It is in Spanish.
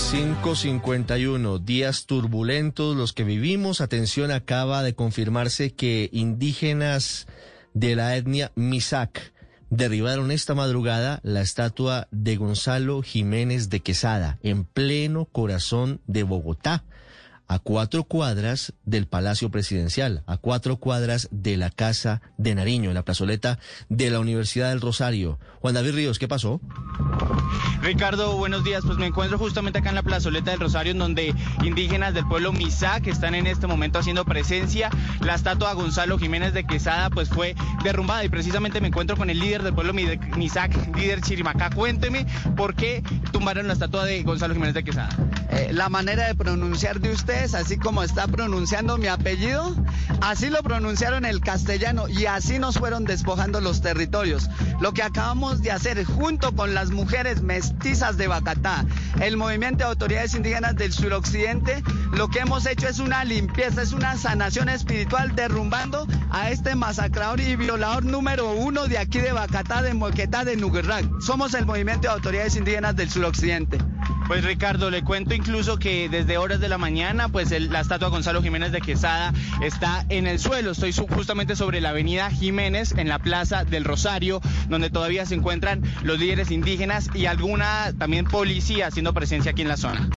5:51, días turbulentos los que vivimos. Atención, acaba de confirmarse que indígenas de la etnia Misak derribaron esta madrugada la estatua de Gonzalo Jiménez de Quesada en pleno corazón de Bogotá, a 4 cuadras del Palacio Presidencial, a 4 cuadras de la Casa de Nariño, en la plazoleta de la Universidad del Rosario. Juan David Ríos, ¿qué pasó? Ricardo, buenos días. Pues me encuentro justamente acá en la plazoleta del Rosario, en donde indígenas del pueblo Misak están en este momento haciendo presencia. La estatua de Gonzalo Jiménez de Quesada pues fue derrumbada, y precisamente me encuentro con el líder del pueblo Misak, líder Chirimacá. Cuénteme por qué tumbaron la estatua de Gonzalo Jiménez de Quesada. La manera de pronunciar de ustedes, así como está pronunciando mi apellido, así lo pronunciaron el castellano y así nos fueron despojando los territorios. Lo que acabamos de hacer junto con las mujeres mestizas de Bacatá, el movimiento de autoridades indígenas del suroccidente, lo que hemos hecho es una limpieza, es una sanación espiritual, derrumbando a este masacrador y violador número 1 de aquí de Bacatá, de Moquetá, de Nugurrac. Somos el movimiento de autoridades indígenas del suroccidente. Pues Ricardo, le cuento incluso que desde horas de la mañana, pues la estatua de Gonzalo Jiménez de Quesada está en el suelo. Estoy justamente sobre la avenida Jiménez, en la plaza del Rosario, donde todavía se encuentran los líderes indígenas y alguna también policía haciendo presencia aquí en la zona.